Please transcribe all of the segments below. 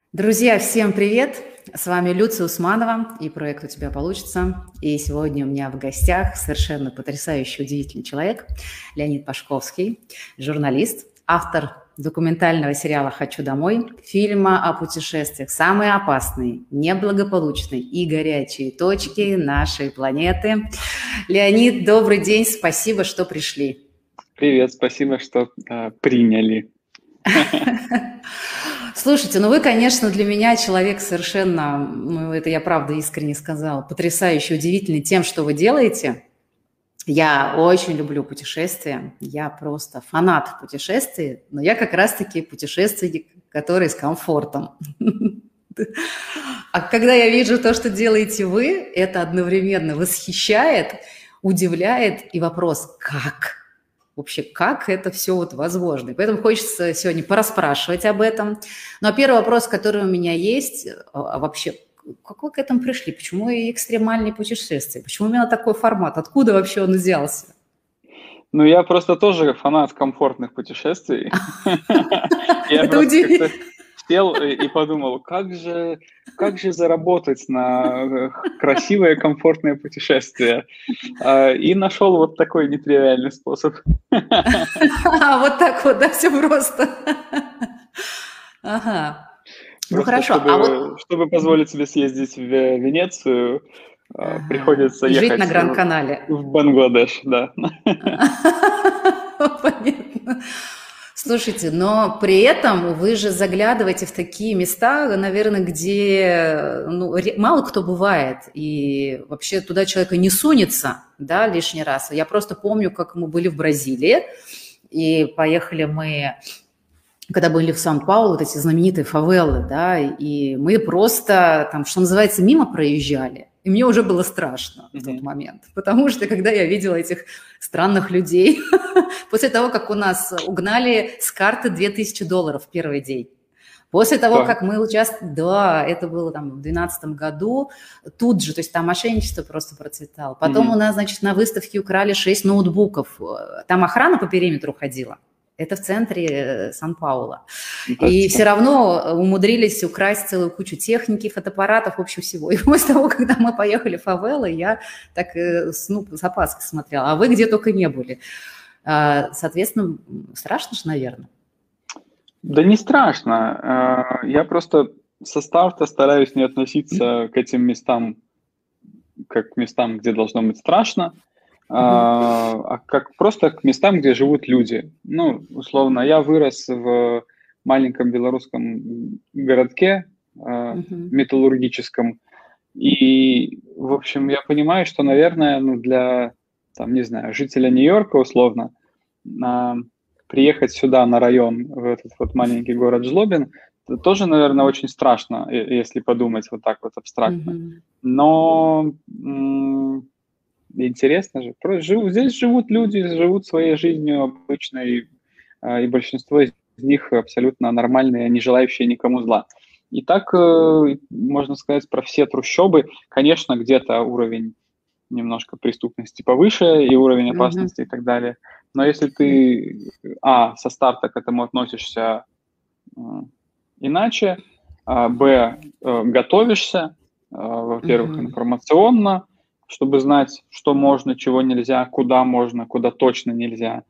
Друзья, всем привет! С вами Люция Усманова и проект «У тебя получится». И сегодня у меня в гостях совершенно потрясающий, удивительный человек Леонид Пашковский, журналист, автор документального сериала «Хочу домой», фильма о путешествиях «Самые опасные, неблагополучные и горячие точки нашей планеты». Леонид, добрый день, спасибо, что пришли. Привет, спасибо, что приняли. Слушайте, ну вы, конечно, для меня человек совершенно, ну это я правда искренне сказала, потрясающий, удивительный тем, что вы делаете. Я очень люблю путешествия, я просто фанат путешествий, но я как раз-таки путешественник, который с комфортом. А когда я вижу то, что делаете вы, это одновременно восхищает, удивляет, и вопрос «как?» Вообще, как это все вот возможно? И поэтому хочется сегодня порасспрашивать об этом. Ну, а первый вопрос, который у меня есть, вообще, как вы к этому пришли? Почему и экстремальные путешествия? Почему именно такой формат? Откуда вообще он взялся? Ну, я просто тоже фанат комфортных путешествий. Я Это просто как-то удивительно. сел и подумал, как же заработать на красивое, комфортное путешествие? И нашел вот такой нетривиальный способ. Вот так вот, да, все просто. Ага. Ну, Просто хорошо. А вот... чтобы позволить себе съездить в Венецию, Ага. приходится И жить на ехать Гранд-Канале. в Бангладеш, да. Понятно. Слушайте, но при этом вы же заглядываете в такие места, наверное, где ну, мало кто бывает, и вообще туда человека не сунется, да, лишний раз. Я просто помню, как мы были в Бразилии, и поехали мы, когда были в Сан-Паулу, вот эти знаменитые фавелы, да, и мы просто там, что называется, мимо проезжали. И мне уже было страшно в тот момент, потому что когда я видела этих странных людей, после того, как у нас угнали с карты $2000 в первый день, после того, как Так. мы участвовали, да, это было там в 2012 году, тут же, то есть там мошенничество просто процветало. Потом у Мгм. нас, значит, на выставке украли 6 ноутбуков, там охрана по периметру ходила. Это в центре Сан-Паула. И все Фантастика. равно умудрились украсть целую кучу техники, фотоаппаратов, в общем, всего. И после того, когда мы поехали в фавелы, я так ну, с опаской смотрела. А вы где только не были. Соответственно, страшно же, наверное. Да не страшно. Я просто со старта стараюсь не относиться к этим местам как к местам, где должно быть страшно, а как просто к местам, где живут люди. Ну, условно, я вырос в маленьком белорусском городке металлургическом, и, в общем, я понимаю, что, наверное, ну, для, там, не знаю, жителя Нью-Йорка, условно, а, приехать сюда на район, в этот вот маленький город Жлобин, это тоже, наверное, очень страшно, если подумать вот так вот абстрактно. Но интересно же. Здесь живут люди, живут своей жизнью обычной, и большинство из них абсолютно нормальные, не желающие никому зла. И так можно сказать про все трущобы. Конечно, где-то уровень немножко преступности повыше и уровень опасности и так далее. Но если ты, со старта к этому относишься э, иначе, готовишься, во-первых, информационно, чтобы знать, что можно, чего нельзя, куда точно нельзя.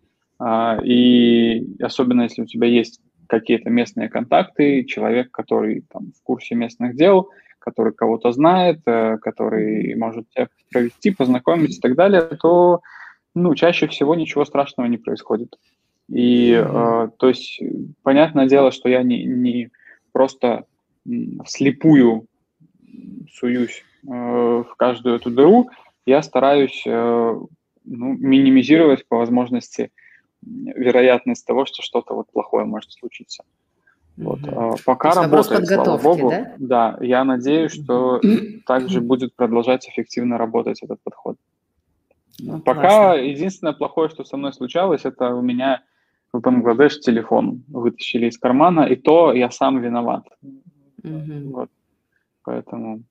И особенно если у тебя есть какие-то местные контакты, человек, который там, в курсе местных дел, который кого-то знает, который может тебя провести, познакомить и так далее, то ну, чаще всего ничего страшного не происходит. И то есть, понятное дело, что я не просто вслепую суюсь в каждую эту дыру, я стараюсь минимизировать по возможности вероятность того, что что-то вот плохое может случиться. Вот. То Пока есть вопрос работает, слава подготовки, богу. да? Да, я надеюсь, что также будет продолжать эффективно работать этот подход. Ну, Пока классно. единственное плохое, что со мной случалось, это у меня в Бангладеш телефон вытащили из кармана, и то я сам виноват. Вот, поэтому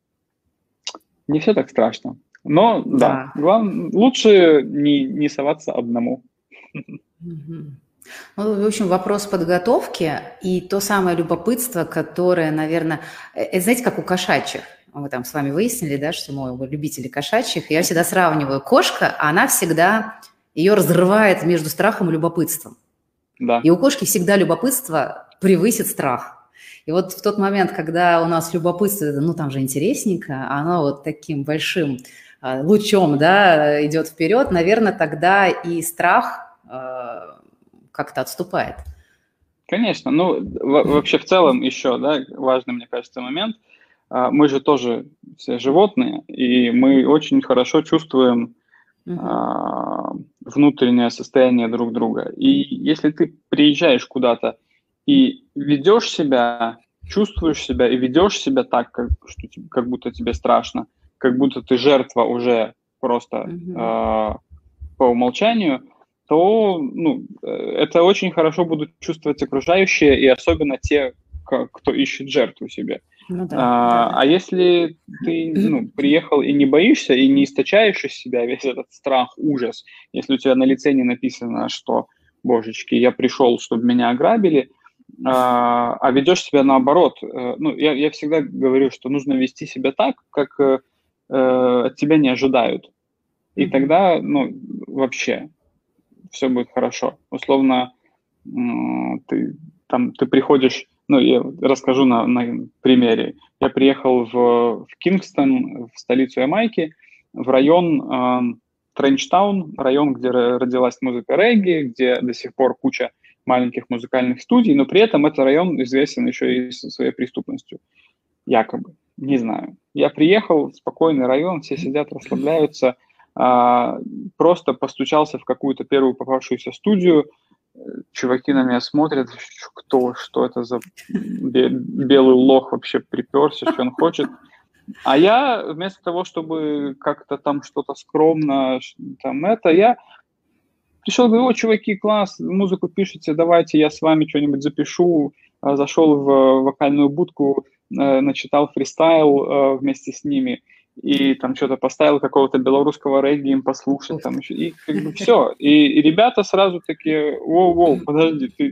не все так страшно. Но да, Да. лучше не соваться одному. Ну, в общем, вопрос подготовки и то самое любопытство, которое, наверное, это, знаете, как у кошачьих. Мы там с вами выяснили, да, что мы любители кошачьих. Я всегда сравниваю. Кошка, она всегда, ее разрывает между страхом и любопытством. Да. И у кошки всегда любопытство превысит страх. И вот в тот момент, когда у нас любопытство, ну, там же интересненько, оно вот таким большим лучом, да, идет вперед, наверное, тогда и страх как-то отступает. Конечно. Ну, вообще в целом еще, да, важный, мне кажется, момент. Мы же тоже все животные, и мы очень хорошо чувствуем внутреннее состояние друг друга. И если ты приезжаешь куда-то и ведешь себя, чувствуешь себя и ведешь себя так, как будто тебе страшно, как будто ты жертва уже просто по умолчанию, то это очень хорошо будут чувствовать окружающие, и особенно те, кто ищет жертву себе. Ну, да. А если ты приехал и не боишься, и не источаешь из себя весь этот страх, ужас, если у тебя на лице не написано, что, божечки, я пришел, чтобы меня ограбили, а ведешь себя наоборот. Я всегда говорю, что нужно вести себя так, как от тебя не ожидают. И тогда, вообще все будет хорошо. Условно, ты приходишь, я расскажу на примере. Я приехал в Кингстон, в столицу Ямайки, в район Тренчтаун, район, где родилась музыка регги, где до сих пор куча маленьких музыкальных студий, но при этом этот район известен еще и своей преступностью. Якобы. Не знаю. Я приехал, спокойный район, все сидят, расслабляются, просто постучался в какую-то первую попавшуюся студию, чуваки на меня смотрят, что это за белый лох вообще приперся, что он хочет. А я вместо того, чтобы как-то там что-то скромно, я пришел, говорю: о, чуваки, класс, музыку пишете, давайте я с вами что-нибудь запишу. Зашел в вокальную будку, начитал фристайл вместе с ними, и там что-то поставил какого-то белорусского регги им послушать, там еще, и как бы все. И ребята сразу такие: воу, подожди, ты...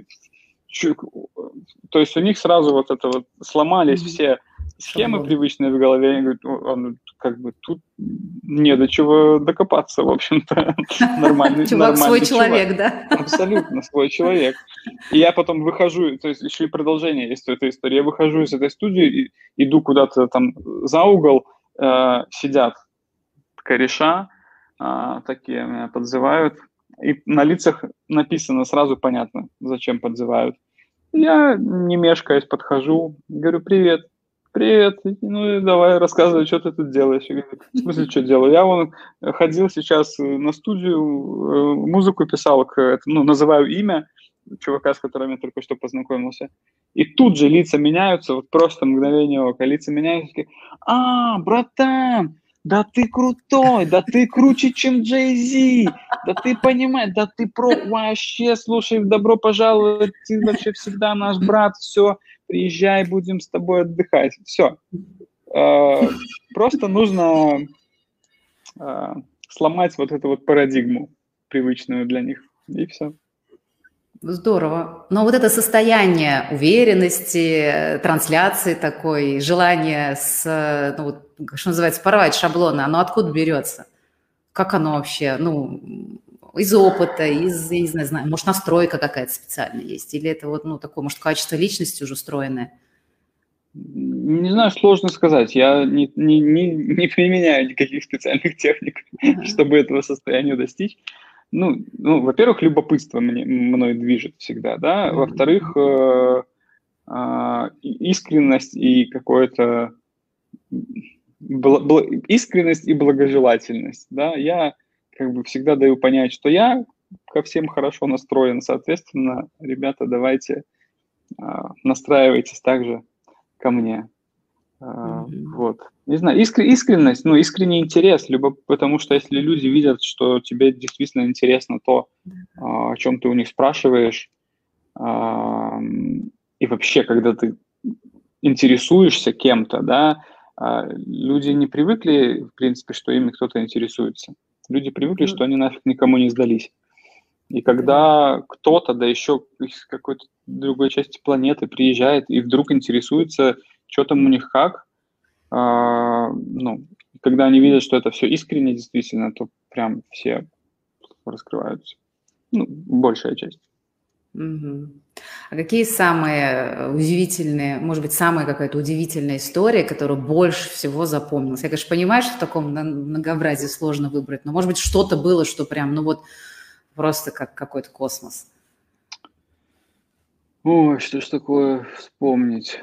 То есть у них сразу вот это вот сломались все схемы привычные в голове. Они говорят: как бы тут не до чего докопаться, в общем-то. Нормальный чувак, свой человек, да? Абсолютно свой человек. И я потом выхожу, то есть еще и продолжение есть у этой истории. Я выхожу из этой студии, иду куда-то там за угол, сидят кореша, такие меня подзывают, и на лицах написано, сразу понятно, зачем подзывают. Я, не мешкаясь, подхожу, говорю: привет, ну и давай рассказывай, что ты тут делаешь. Я говорю: в смысле, что делаю? Я ходил сейчас на студию, музыку писал, называю имя чувака, с которым я только что познакомился. И тут же лица меняются, вот просто мгновение ока, лица меняются, такие: братан, да ты крутой, да ты круче, чем Джей-Зи, да ты понимаешь, да ты вообще, слушай, добро пожаловать, ты вообще всегда наш брат, все, приезжай, будем с тобой отдыхать, все. Просто нужно сломать вот эту вот парадигму привычную для них, и все. Здорово. Но вот это состояние уверенности, трансляции такой, желание что называется, порвать шаблоны, оно откуда берется? Как оно вообще? Из опыта, я не знаю, может, настройка какая-то специальная есть? Или это такое, может, качество личности уже встроенное? Не знаю, сложно сказать. Я не применяю никаких специальных техник, чтобы этого состояния достичь. Во-первых, любопытство мной движет всегда, да. Во-вторых, искренность и какое-то искренность и благожелательность, да. Я как бы всегда даю понять, что я ко всем хорошо настроен, соответственно, ребята, давайте настраивайтесь также ко мне. Вот. Не знаю, искренность, искренний интерес, потому что если люди видят, что тебе действительно интересно то, о чем ты у них спрашиваешь, и вообще, когда ты интересуешься кем-то, да, люди не привыкли, в принципе, что ими кто-то интересуется. Люди привыкли, что они нафиг никому не сдались. И когда кто-то, да еще из какой-то другой части планеты приезжает и вдруг интересуется, что там у них как, ну, когда они видят, что это все искренне действительно, то прям все раскрываются. Ну, большая часть. Мгм. А какие самые удивительные, может быть, самая какая-то удивительная история, которая больше всего запомнилась? Я, конечно, понимаю, что в таком многообразии сложно выбрать, но, может быть, что-то было, что прям, ну вот, просто как какой-то космос. Ой, что ж такое вспомнить?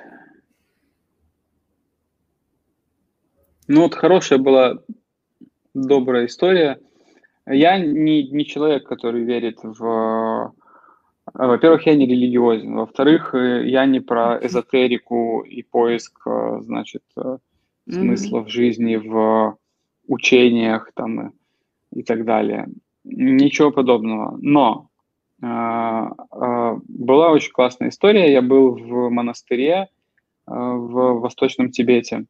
Ну, вот хорошая была добрая история. Я не человек, который верит в... Во-первых, я не религиозен. Во-вторых, я не про эзотерику и поиск, значит, смысла Мгм. в жизни, в учениях там и так далее. Ничего подобного. Но была очень классная история. Я был в монастыре в Восточном Тибете.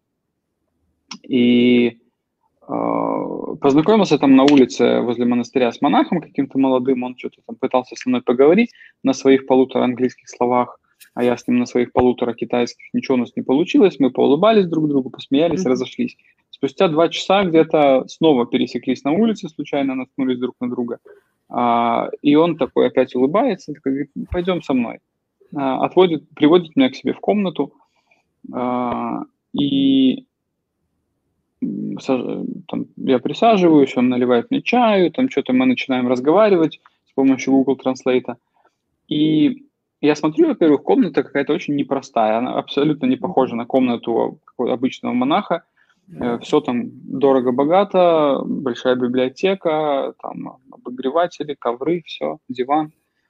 И познакомился там на улице возле монастыря с монахом каким-то молодым, он что-то там пытался со мной поговорить на своих 1,5 английских словах, а я с ним на своих 1,5 китайских. Ничего у нас не получилось, мы поулыбались друг другу, посмеялись, Мгм. разошлись. Спустя 2 часа где-то снова пересеклись на улице, случайно наткнулись друг на друга. И он такой опять улыбается, такой говорит: пойдем со мной. Приводит меня к себе в комнату, и там, я присаживаюсь, он наливает мне чаю, там что-то мы начинаем разговаривать с помощью Google Translate. И я смотрю, во-первых, комната какая-то очень непростая, она абсолютно не похожа на комнату обычного монаха. Все там дорого-богато, большая библиотека, там обогреватели, ковры, все, диван.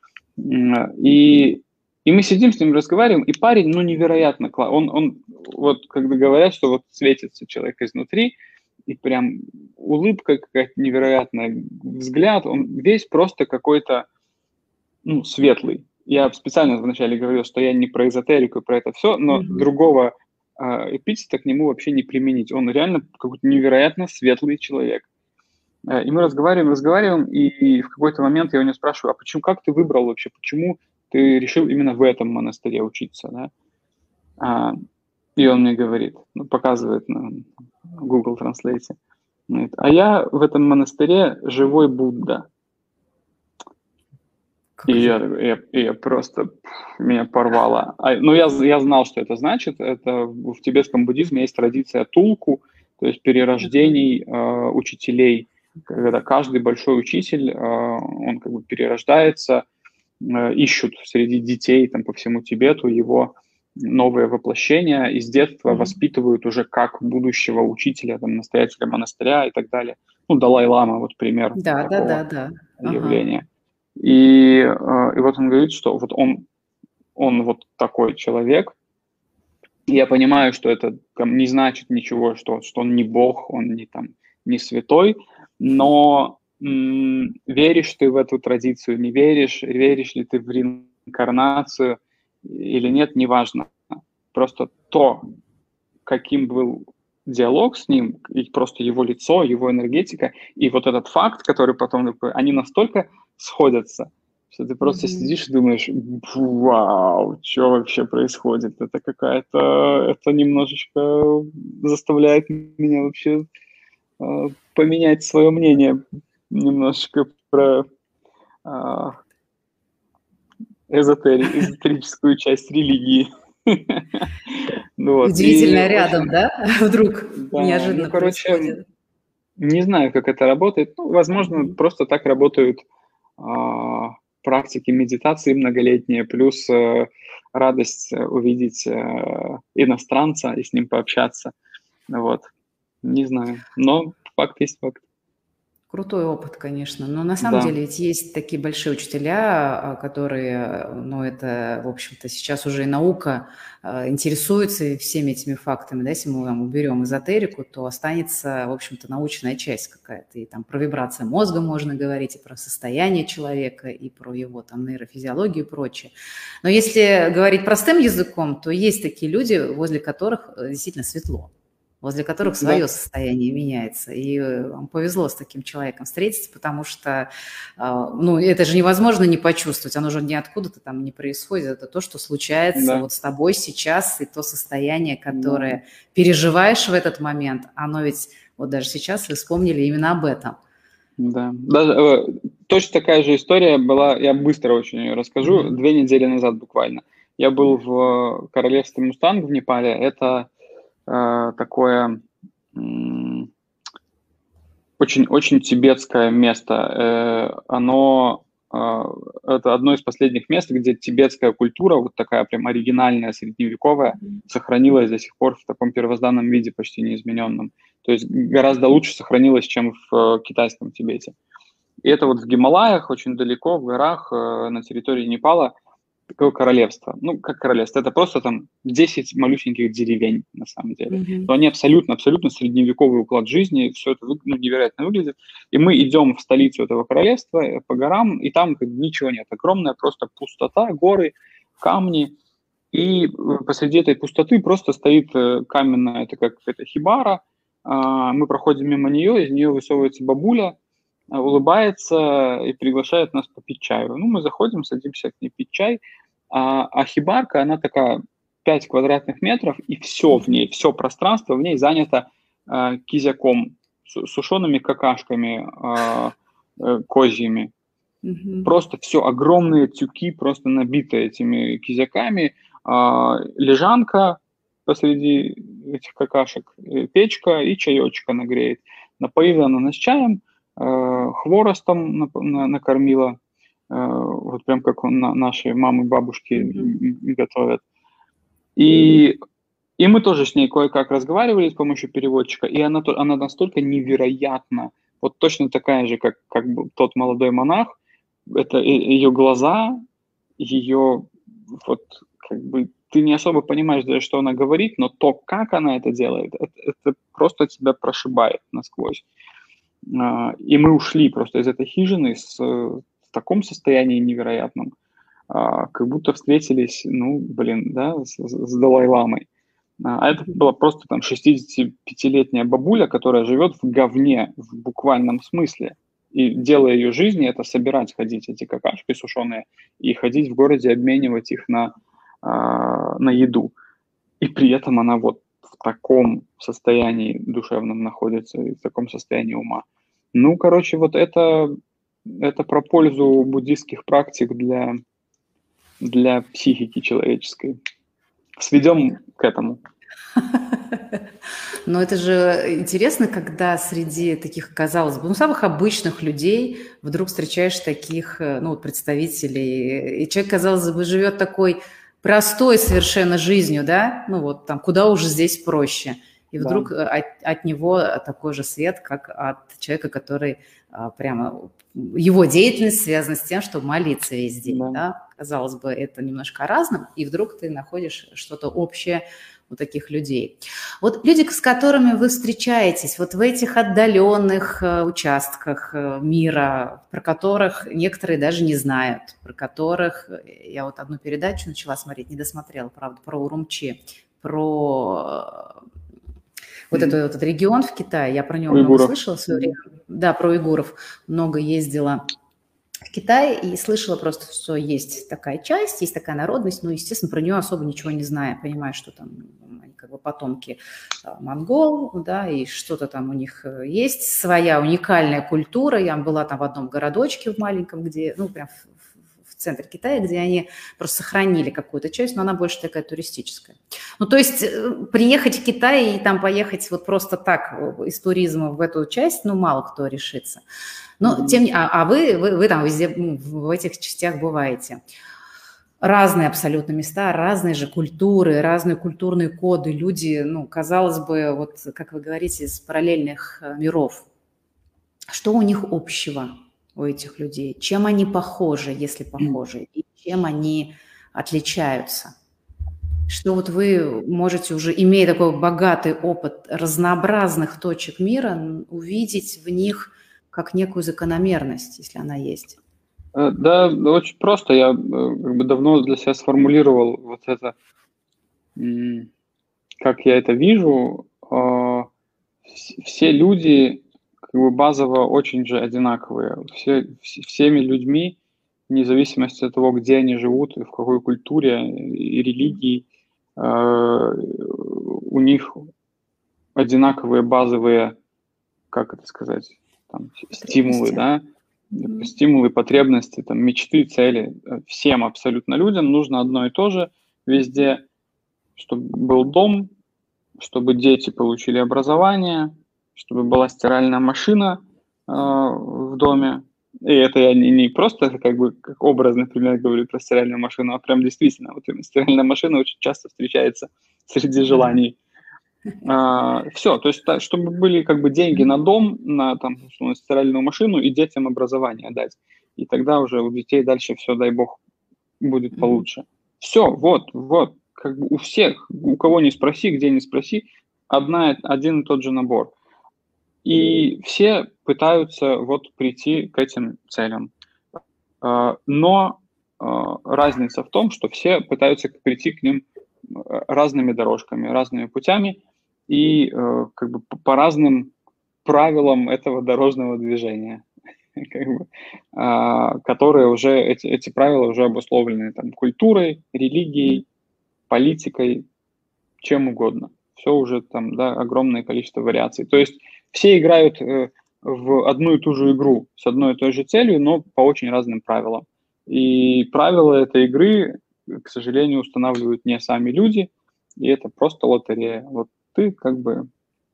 И, и мы сидим с ним, разговариваем, и парень, ну, невероятно классный. Он, вот, когда говорят, что вот светится человек изнутри, и прям улыбка какая-то невероятная, взгляд, он весь просто какой-то, ну, светлый. Я специально вначале говорил, что я не про эзотерику, про это все, но Мгм. другого эпитета к нему вообще не применить. Он реально какой-то невероятно светлый человек. И мы разговариваем, и в какой-то момент я у него спрашиваю: а почему, как ты выбрал вообще, почему ты решил именно в этом монастыре учиться, да? И он мне говорит, ну, показывает на Google Translate, говорит: а я в этом монастыре живой Будда. Как же? Я просто, меня порвало. Ну, я знал, что это значит. Это в тибетском буддизме есть традиция тулку, то есть перерождений учителей, когда каждый большой учитель, он как бы перерождается, ищут среди детей там по всему Тибету его новые воплощения, и с детства Мгм. воспитывают уже как будущего учителя, там, настоятеля монастыря и так далее. Ну, Далай-лама, вот пример Да, да, да, такого да. Ага. явления. И вот он говорит, что вот он вот такой человек. И я понимаю, что это там не значит ничего, что он не бог, он не там не святой, но веришь ты в эту традицию, не веришь, веришь ли ты в реинкарнацию или нет, неважно. Просто то, каким был диалог с ним, и просто его лицо, его энергетика, и вот этот факт, который потом такой, они настолько сходятся, что ты просто Мгм. сидишь и думаешь: вау, что вообще происходит? Это какая-то, это немножечко заставляет меня вообще поменять свое мнение немножечко про а, эзотерическую часть религии. Ну вот, и Удивительно рядом, очень, да? Вдруг да, ну, неожиданно короче, происходит. не знаю, как это работает. Ну, возможно, Мгм. просто так работают практики медитации многолетние, плюс радость увидеть иностранца и с ним пообщаться. Вот. Не знаю. Но факт есть факт. Крутой опыт, конечно. Но на самом Да. деле ведь есть такие большие учителя, которые, ну, это, в общем-то, сейчас уже и наука интересуется всеми этими фактами, да, если мы там уберем эзотерику, то останется, в общем-то, научная часть какая-то. И там про вибрации мозга можно говорить, и про состояние человека, и про его там нейрофизиологию и прочее. Но если говорить простым языком, то есть такие люди, возле которых действительно светло. возле которых свое состояние меняется. И вам повезло с таким человеком встретиться, потому что, ну, это же невозможно не почувствовать, оно же ниоткуда-то там не происходит. Это то, что случается вот с тобой сейчас, и то состояние, которое переживаешь в этот момент, оно ведь вот даже сейчас вы вспомнили именно об этом. Да, даже точно такая же история была, я быстро очень ее расскажу, 2 недели назад буквально. Я был в королевстве Мустанг в Непале. Это такое очень тибетское место. Это одно из последних мест, где тибетская культура, вот такая прям оригинальная, средневековая, сохранилась до сих пор в таком первозданном виде, почти неизмененном. То есть гораздо лучше сохранилась, чем в китайском Тибете. И это вот в Гималаях, очень далеко, в горах, на территории Непала, такое королевство. Ну, как королевство, это просто там 10 малюсеньких деревень, на самом деле. Но они абсолютно средневековый уклад жизни, все это невероятно выглядит. И мы идем в столицу этого королевства по горам, и там ничего нет. Огромная просто пустота, горы, камни. И посреди этой пустоты просто стоит каменная, это как какая-то хибара. Мы проходим мимо нее, из нее высовывается бабуля, улыбается и приглашает нас попить чаю. Ну, мы заходим, садимся к ней пить чай, а хибарка, она такая 5 квадратных метров, и все в ней, все пространство в ней занято кизяком, сушеными какашками козьими. Просто все, огромные тюки, просто набитые этими кизяками, лежанка посреди этих какашек, печка и чаечек она греет. Напоила она нас чаем, хворостом накормила, вот прям как наши мамы, бабушки готовят. И мы тоже с ней кое-как разговаривали с помощью переводчика, и она настолько невероятна, вот точно такая же, как тот молодой монах, это ее глаза, ее вот как бы ты не особо понимаешь даже, что она говорит, но то, как она это делает, это просто тебя прошибает насквозь. И мы ушли просто из этой хижины в таком состоянии невероятном, как будто встретились, с Далай-ламой. А это была просто там 65-летняя бабуля, которая живет в говне в буквальном смысле. И дело ее жизни – это ходить эти какашки сушеные, и ходить в городе, обменивать их на еду. И при этом она вот в таком состоянии душевном находится, и в таком состоянии ума. Ну, короче, вот это про пользу буддистских практик для психики человеческой. Сведем к этому. Но это же интересно, когда среди таких, казалось бы, самых обычных людей вдруг встречаешь таких, представителей. И человек, казалось бы, живет такой простой совершенно жизнью, да? Ну вот там, куда уже здесь проще. И вдруг от него такой же свет, как от человека, который прямо... Его деятельность связана с тем, чтобы молиться весь день, да? Казалось бы, это немножко разным, и вдруг ты находишь что-то общее у таких людей. Вот люди, с которыми вы встречаетесь, вот в этих отдаленных участках мира, про которых некоторые даже не знают, про которых... Я вот одну передачу начала смотреть, не досмотрела, правда, про Урумчи, про... Вот этот регион в Китае, я про него много слышала в свое время. Да, про уйгуров много ездила в Китай и слышала просто, что есть такая часть, есть такая народность, но, естественно, про нее особо ничего не знаю. Понимаю, что там они как бы потомки монгол, да, и что-то там у них есть, своя уникальная культура. Я была там в одном городочке в маленьком, где, прям в центре Китая, где они просто сохранили какую-то часть, но она больше такая туристическая. Ну, то есть приехать в Китай и там поехать вот просто так из туризма в эту часть, мало кто решится. Но тем не менее, вы там везде в этих частях бываете. Разные абсолютно места, разные же культуры, разные культурные коды. Люди, казалось бы, вот как вы говорите, из параллельных миров. Что у них общего, у этих людей? Чем они похожи, если похожи? И чем они отличаются? Что вот вы можете уже, имея такой богатый опыт разнообразных точек мира, увидеть в них как некую закономерность, если она есть? Да, очень просто. Я давно для себя сформулировал вот это, как я это вижу. все люди как бы базово очень же одинаковые. Всеми людьми, вне зависимости от того, где они живут, в какой культуре и религии, у них одинаковые базовые, как это сказать, там, стимулы, да, стимулы, потребности, там, мечты, цели. Всем абсолютно людям нужно одно и то же везде, чтобы был дом, чтобы дети получили образование, чтобы была стиральная машина в доме. И это я не просто как бы как образный пример говорю про стиральную машину, а прям действительно, вот именно стиральная машина очень часто встречается среди желаний. Все, то есть чтобы были как бы деньги на дом, на там, стиральную машину и детям образование дать. И тогда уже у детей дальше все, дай бог, будет получше. Все, вот, как бы у всех, у кого не спроси, где не спроси, один и тот же набор. И все пытаются вот прийти к этим целям. Но разница в том, что все пытаются прийти к ним разными дорожками, разными путями и как бы по разным правилам этого дорожного движения, как бы, которые уже, эти правила уже обусловлены там, культурой, религией, политикой, чем угодно. Все уже там, да, огромное количество вариаций. То есть все играют в одну и ту же игру с одной и той же целью, но по очень разным правилам. И правила этой игры, к сожалению, устанавливают не сами люди, и это просто лотерея. Вот ты как бы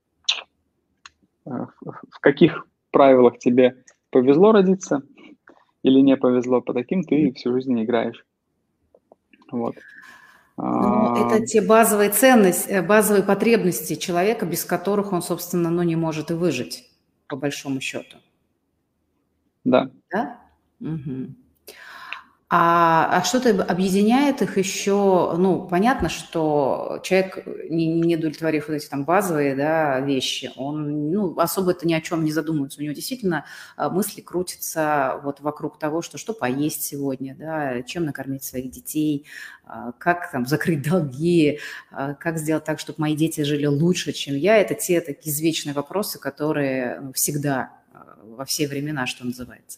в каких правилах тебе повезло родиться или не повезло, по таким ты всю жизнь играешь. Вот. Но это те базовые ценности, базовые потребности человека, без которых он, собственно, не может и выжить, по большому счету. Да. Да? Угу. А что-то объединяет их еще? Понятно, что человек, не удовлетворив вот эти там базовые, да, вещи, он особо это ни о чем не задумывается. У него действительно мысли крутятся вот вокруг того, что поесть сегодня, да, чем накормить своих детей, как там закрыть долги, как сделать так, чтобы мои дети жили лучше, чем я. Это те такие извечные вопросы, которые всегда, во все времена, что называется.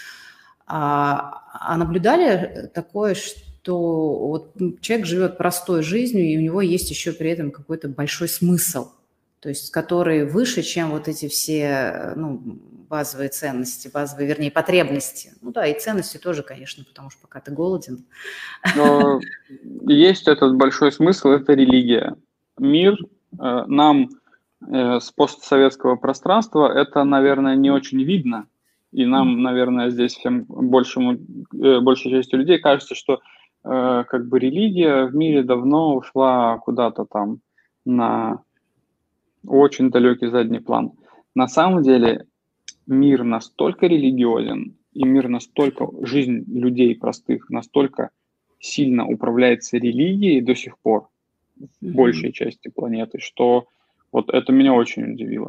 А наблюдали такое, что вот человек живет простой жизнью, и у него есть еще при этом какой-то большой смысл, то есть который выше, чем вот эти все базовые ценности, вернее, потребности. И ценности тоже, конечно, потому что пока ты голоден. Но есть этот большой смысл, это религия. Мир нам с постсоветского пространства, это, наверное, не очень видно. И нам, наверное, здесь всем большей части людей кажется, что как бы религия в мире давно ушла куда-то там на очень далекий задний план. На самом деле мир настолько религиозен, и жизнь людей простых настолько сильно управляется религией до сих пор в большей части планеты, что вот это меня очень удивило.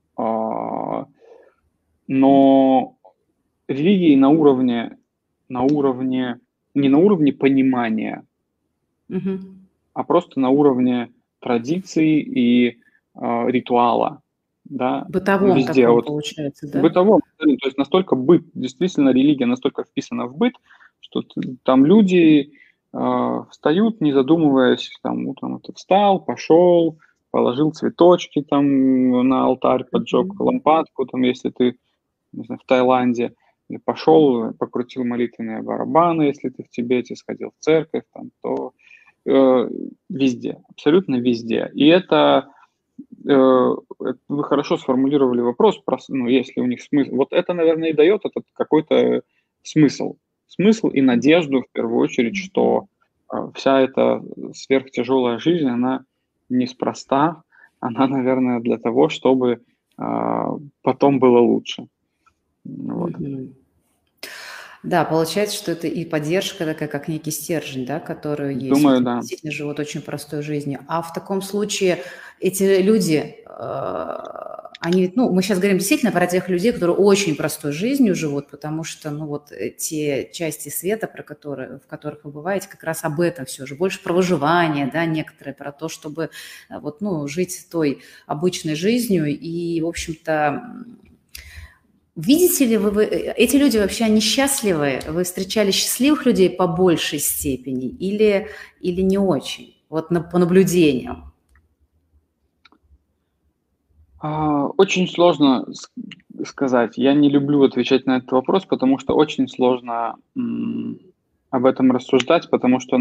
Но религии не на уровне понимания, а просто на уровне традиций и ритуала. Да, бытовом везде. Таком, получается, да? Бытовом, то есть настолько действительно религия настолько вписана в быт, что там люди встают, не задумываясь, там, утром встал, пошел, положил цветочки там на алтарь, поджег лампадку, там, если ты, не знаю, в Таиланде, или пошел, покрутил молитвенные барабаны, если ты в Тибете, сходил в церковь, там, то везде, абсолютно везде. И это вы хорошо сформулировали вопрос, если у них смысл. Вот это, наверное, и дает этот какой-то смысл. Смысл и надежду, в первую очередь, что вся эта сверхтяжелая жизнь, она неспроста, она, наверное, для того, чтобы потом было лучше. Вот. Да, получается, что это и поддержка такая, как некий стержень, да, который есть. Думаю, да. они, ну, мы сейчас говорим действительно про тех людей, которые очень простой жизнью живут, потому что, ну, вот те части света, в которых вы бываете, как раз об этом все же, больше про выживание, да, некоторые, про то, чтобы вот, ну, жить той обычной жизнью и, в общем-то, видите ли эти люди вообще, они счастливы? Вы встречали счастливых людей по большей степени или не очень? Вот по наблюдениям. Очень сложно сказать. Я не люблю отвечать на этот вопрос, потому что очень сложно об этом рассуждать, потому что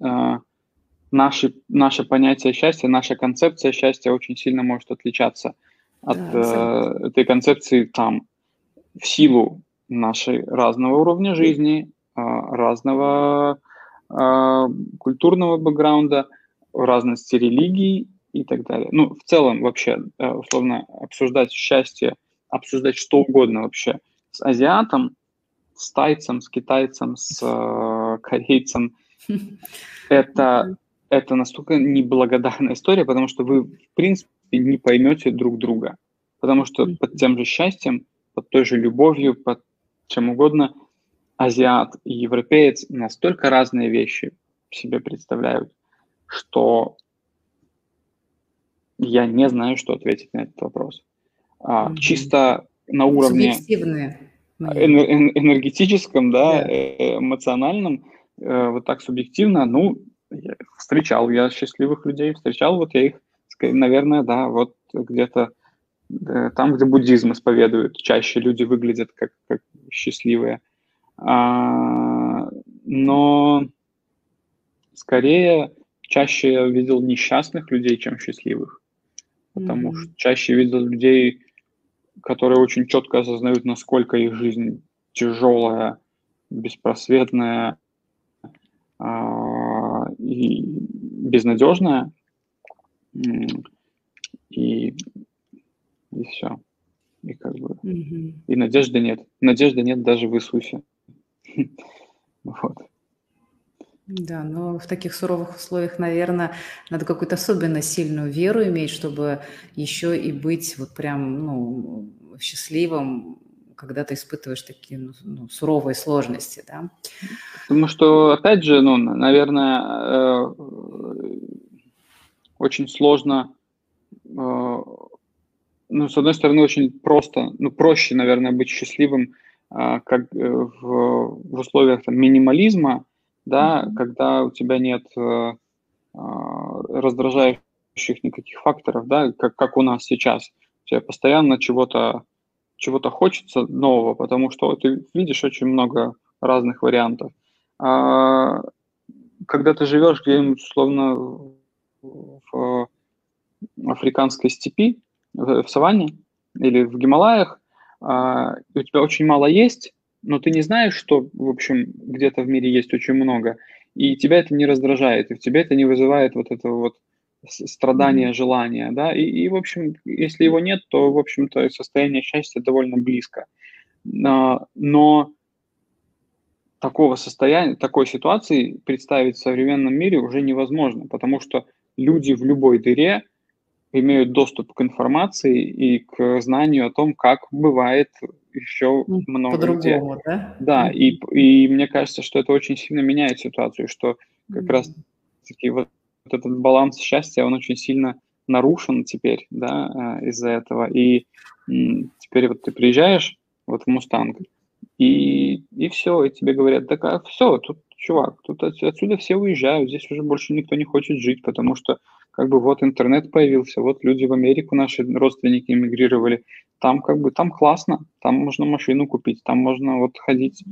наше понятие счастья, наша концепция счастья очень сильно может отличаться от этой концепции там в силу нашей разного уровня жизни, разного культурного бэкграунда, разности религий и так далее. Ну, в целом вообще, условно, обсуждать счастье, обсуждать что угодно вообще с азиатом, с тайцем, с китайцем, с корейцем, это настолько неблагодарная история, потому что вы, в принципе, не поймете друг друга. Потому что под тем же счастьем, под той же любовью, под чем угодно, азиат и европеец настолько разные вещи себе представляют, что я не знаю, что ответить на этот вопрос. Чисто на уровне энергетическом, да, эмоциональном, вот так субъективно, ну, встречал я счастливых людей, встречал, вот я их, наверное, да, вот где-то там, где буддизм исповедуют, чаще люди выглядят как счастливые. Но скорее чаще я видел несчастных людей, чем счастливых. Потому что чаще видел людей, которые очень четко осознают, насколько их жизнь тяжелая, беспросветная и безнадежная. И все. И как бы и надежды нет. Надежды нет даже в Иисусе. Вот. Да, но в таких суровых условиях, наверное, надо какую-то особенно сильную веру иметь, чтобы еще и быть вот прям, ну, счастливым, когда ты испытываешь такие, ну, суровые сложности, да? Потому что, опять же, ну, наверное, очень сложно, ну, с одной стороны, очень просто, ну, проще, наверное, быть счастливым, как в условиях там, минимализма, да, когда у тебя нет раздражающих никаких факторов, да, как у нас сейчас. У тебя постоянно чего-то хочется нового, потому что ты видишь очень много разных вариантов. Когда ты живешь где-нибудь, условно, в африканской степи, в саванне или в Гималаях, у тебя очень мало есть, но ты не знаешь, что, в общем, где-то в мире есть очень много, и тебя это не раздражает, и в тебе это не вызывает вот этого вот страдания, желания, да, и, в общем, если его нет, то, в общем-то, состояние счастья довольно близко. Но такого состояния, такой ситуации представить в современном мире уже невозможно, потому что люди в любой дыре имеют доступ к информации и к знанию о том, как бывает еще много где. Да? Да, и мне кажется, что это очень сильно меняет ситуацию, что как раз-таки вот этот баланс счастья, он очень сильно нарушен теперь, да, из-за этого. И теперь вот ты приезжаешь вот в Мустанг, и все, и тебе говорят, так, все, тут, чувак, тут отсюда все уезжают, здесь уже больше никто не хочет жить, потому что как бы вот интернет появился, вот люди в Америку, наши родственники эмигрировали, там как бы, там классно, там можно машину купить, там можно вот ходить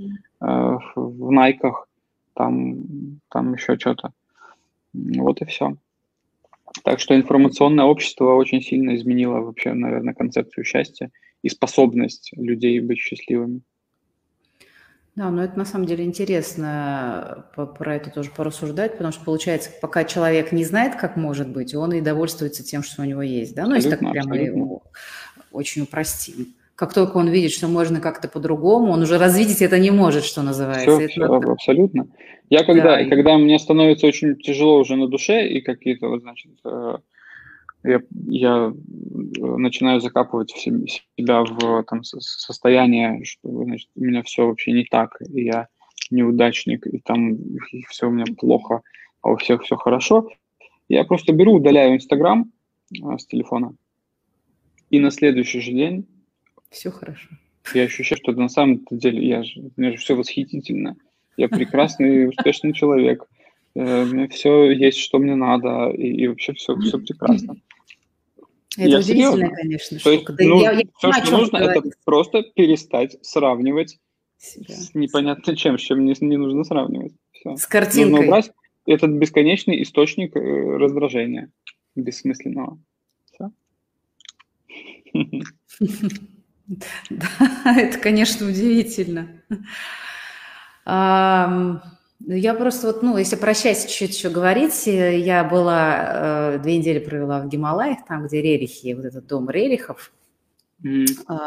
в найках, там еще что-то. Вот и все. Так что информационное общество очень сильно изменило вообще, наверное, концепцию счастья и способность людей быть счастливыми. Да, но это на самом деле интересно про это тоже порассуждать, потому что получается, пока человек не знает, как может быть, он и довольствуется тем, что у него есть, да, ну если так прямо его очень упростим. Как только он видит, что можно как-то по-другому, он уже развидеть это не может, что называется. Все, абсолютно. Когда мне становится очень тяжело уже на душе и какие-то, вот, значит, я начинаю закапывать себя в там, состояние, что, значит, у меня все вообще не так, и я неудачник, и там все у меня плохо, а у всех все хорошо. Я просто беру, удаляю Инстаграм с телефона, и на следующий же день все хорошо. я ощущаю, что на самом деле у меня же все восхитительно. Я прекрасный, успешный человек. У меня все есть, что мне надо, и вообще все прекрасно. Это Я удивительная, серьезно. конечно, То есть, штука. Да я все, понимаю, о что чем нужно, ты это говоришь. просто перестать сравнивать Себя. с непонятно чем, с чем не нужно сравнивать. Все. С Нужно картинкой. убрать этот бесконечный источник раздражения бессмысленного. Все. Да, это, конечно, удивительно. Я просто вот, ну, если про счастье чуть-чуть еще говорить, я была 2 недели провела в Гималаях, там, где Рерихи, вот этот дом Рерихов. И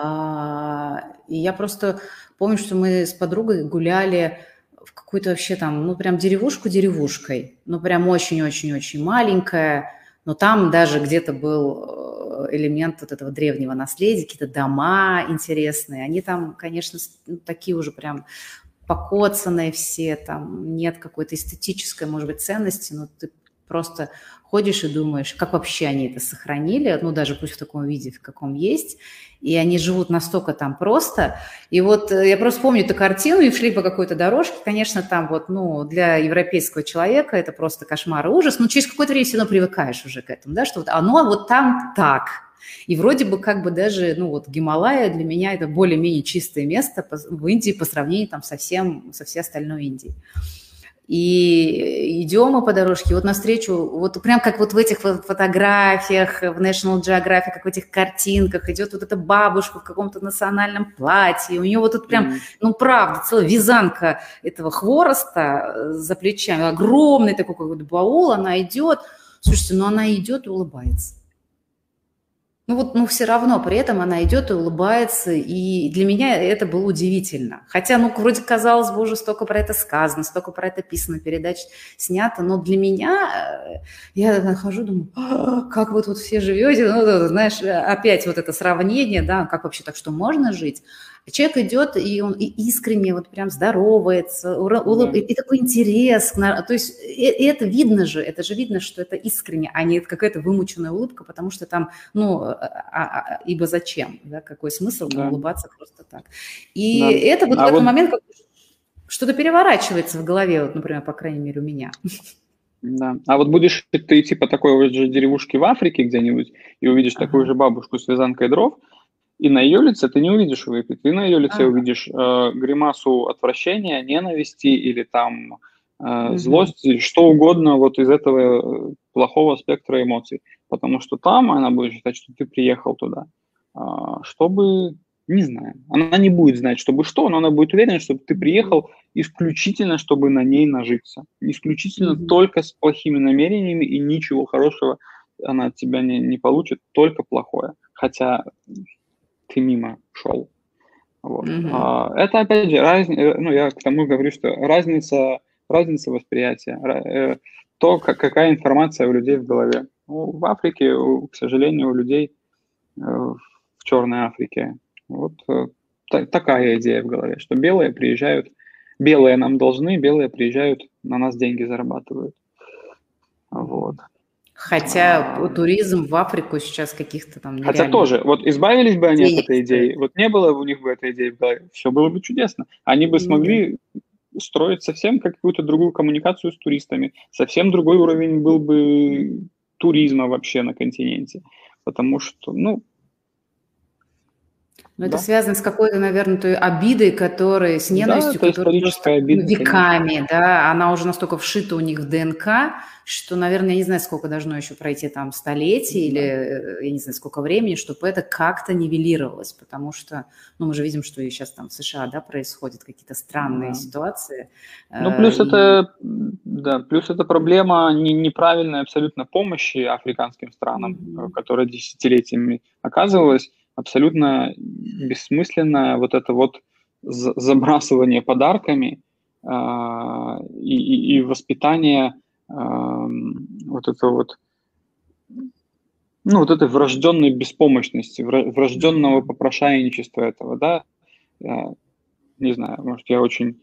я просто помню, что мы с подругой гуляли в какую-то вообще там, ну, прям деревушку деревушкой, ну, прям очень-очень-очень маленькая, но там даже где-то был элемент вот этого древнего наследия, какие-то дома интересные. Они там, конечно, такие уже прям покоцанные все, там нет какой-то эстетической, может быть, ценности, но ты просто ходишь и думаешь, как вообще они это сохранили, ну, даже пусть в таком виде, в каком есть, и они живут настолько там просто. И вот я просто помню эту картину, и шли по какой-то дорожке, конечно, там вот, ну, для европейского человека это просто кошмар и ужас, но через какое-то время все равно привыкаешь уже к этому, да, что вот оно вот там так. И вроде бы как бы даже, ну вот Гималая для меня это более-менее чистое место в Индии по сравнению там со всей остальной Индией. И идем мы по дорожке, вот навстречу, вот прям как вот в этих фотографиях, в National Geographic, как в этих картинках, идет вот эта бабушка в каком-то национальном платье, у нее вот тут прям, ну правда, целая вязанка этого хвороста за плечами, огромный такой какой-то баул, она идет, слушайте, ну она идет и улыбается. Ну вот, ну все равно при этом она идет и улыбается, и для меня это было удивительно. Хотя, ну, вроде казалось бы, уже столько про это сказано, столько про это писано, передач снято, но для меня, я нахожу, думаю, как вы тут все живете, ну, знаешь, опять вот это сравнение, да, как вообще так, что можно жить? Человек идет, и он и искренне вот прям здоровается, и такой интерес. То есть и это видно же, это же видно, что это искренне, а не какая-то вымученная улыбка, потому что там, ну, ибо зачем, да, какой смысл там улыбаться просто так. И это вот в этот момент что-то переворачивается в голове, вот, например, по крайней мере, у меня. Да. А вот будешь ты идти по такой вот же деревушке в Африке где-нибудь и увидишь такую же бабушку с вязанкой дров, и на ее лице ты не увидишь улыбки, ты на ее лице увидишь гримасу отвращения, ненависти или там злости, что угодно вот из этого плохого спектра эмоций. Потому что там она будет считать, что ты приехал туда, чтобы, не знаю, она не будет знать, чтобы что, но она будет уверена, что ты приехал исключительно, чтобы на ней нажиться. Исключительно только с плохими намерениями, и ничего хорошего она от тебя не получит, только плохое. Хотя ты мимо шел. Вот. Это, опять же, ну, я к тому говорю, что разница восприятия, то, какая информация у людей в голове. Ну, в Африке, к сожалению, у людей в Черной Африке вот такая идея в голове, что белые приезжают, белые нам должны, белые приезжают, на нас деньги зарабатывают. Вот. Хотя туризм в Африку сейчас каких-то там нереальных... Хотя тоже, вот избавились бы они от этой идеи, вот не было бы у них бы этой идеи в голове, все было бы чудесно. Они бы смогли строить совсем какую-то другую коммуникацию с туристами, совсем другой уровень был бы туризма вообще на континенте, потому что, ну... Но это связано с какой-то, наверное, той обидой, которая, с ненавистью, которая просто обида, веками, конечно. Да, она уже настолько вшита у них в ДНК, что, наверное, я не знаю, сколько должно еще пройти там столетий или, я не знаю, сколько времени, чтобы это как-то нивелировалось, потому что, ну, мы же видим, что и сейчас там в США, да, происходят какие-то странные ситуации. Ну, плюс это проблема неправильной абсолютно помощи африканским странам, которая десятилетиями оказывалась, абсолютно бессмысленное вот это вот забрасывание подарками и воспитание вот это вот ну, вот этой врожденной беспомощности, врожденного попрошайничества этого, да, не знаю, может, я очень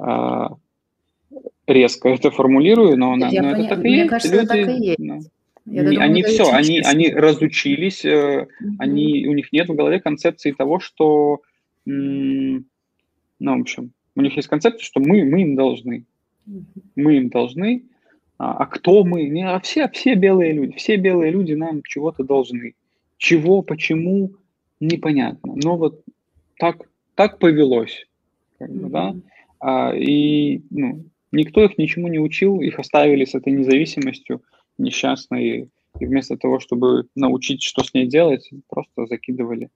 резко это формулирую, но, Нет, но это так и мне есть. кажется, это так и Люди, есть. ну, Я думаю, они это все, очень они честно. разучились, у них нет в голове концепции того, что, ну, в общем, у них есть концепция, что мы им должны. Мы им должны, а кто мы? Не, все белые люди нам чего-то должны. Чего, почему, непонятно. Но вот так повелось, как бы, да. И ну, никто их ничему не учил, их оставили с этой независимостью несчастной, и вместо того, чтобы научить, что с ней делать, просто закидывали.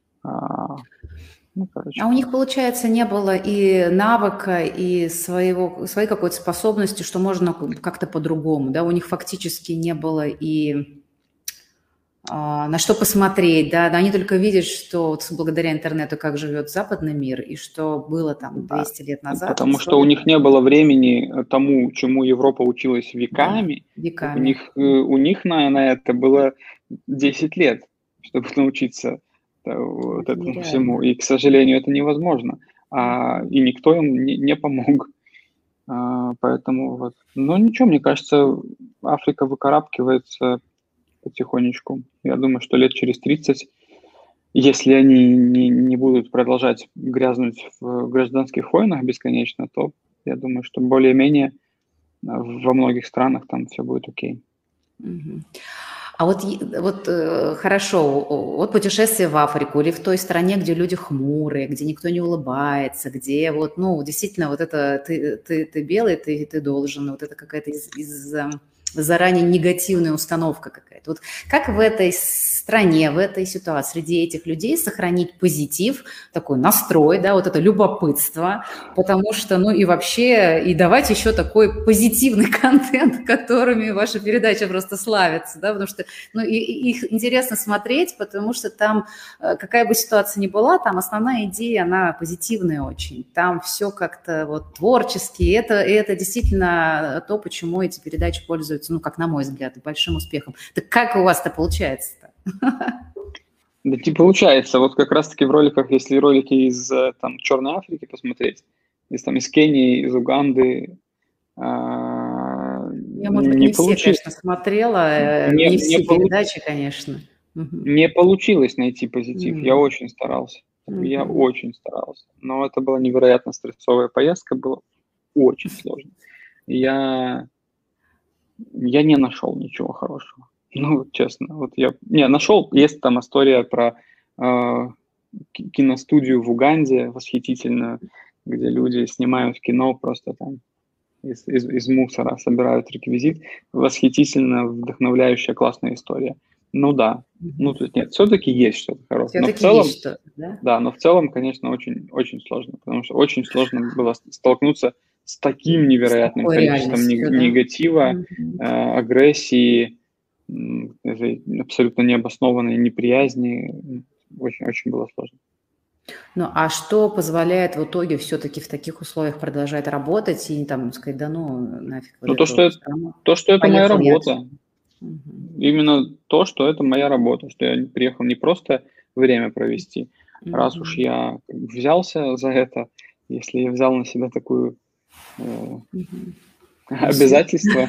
Ну, короче. А у них, получается, не было и навыка, и своей какой-то способности, что можно как-то по-другому, да, у них фактически не было и на что посмотреть, да, они только видят, что вот благодаря интернету как живет западный мир, и что было там 200 лет назад. Потому что у них не было времени тому, чему Европа училась веками. Да, веками. У них на это было 10 лет, чтобы научиться вот этому нереально. всему. И, к сожалению, это невозможно. И никто им не помог. Поэтому вот. Но ничего, мне кажется, Африка выкарабкивается потихонечку. Я думаю, что лет через 30, если они не будут продолжать грязнуть в гражданских войнах бесконечно, то я думаю, что более-менее во многих странах там все будет окей. А вот хорошо, вот путешествие в Африку или в той стране, где люди хмурые, где никто не улыбается, где вот, ну, действительно, вот это ты белый, ты должен, вот это какая-то заранее негативная установка какая-то. Вот как в этой стране, в этой ситуации, среди этих людей сохранить позитив, такой настрой, да, вот это любопытство, потому что, ну и вообще, и давать еще такой позитивный контент, которыми ваша передача просто славится, да, потому что, ну, их интересно смотреть, потому что там, какая бы ситуация ни была, там основная идея, она позитивная очень, там все как-то вот творчески, и это действительно то, почему эти передачи пользуются, ну, как на мой взгляд, большим успехом. Так как у вас-то получается-то? Да не получается. Вот как раз-таки в роликах, если ролики из там Черной Африки посмотреть, из Кении, из Уганды, Я, может быть, не все, конечно, смотрела, не все передачи, конечно. Не получилось найти позитив. Я очень старался. Я очень старался. Но это была невероятно стрессовая поездка, было очень сложно. Я не нашел ничего хорошего. Ну, честно. Вот я нашел, есть там история про киностудию в Уганде восхитительную, где люди снимают кино просто там из мусора, собирают реквизит. Восхитительно вдохновляющая, классная история. Ну да, ну тут нет, все-таки есть что-то хорошее. Но в целом, есть что-то, да? Да, но в целом, конечно, очень, очень сложно, потому что очень сложно было столкнуться с таким невероятным количеством негатива, агрессии, абсолютно необоснованной неприязни. Очень, очень было сложно. Ну, а что позволяет в итоге все-таки в таких условиях продолжать работать и там сказать, да ну, нафиг. Ну, то, что это моя работа. Именно то, что это моя работа, что я приехал не просто время провести. Раз уж я взялся за это, если я взял на себя такую обязательство,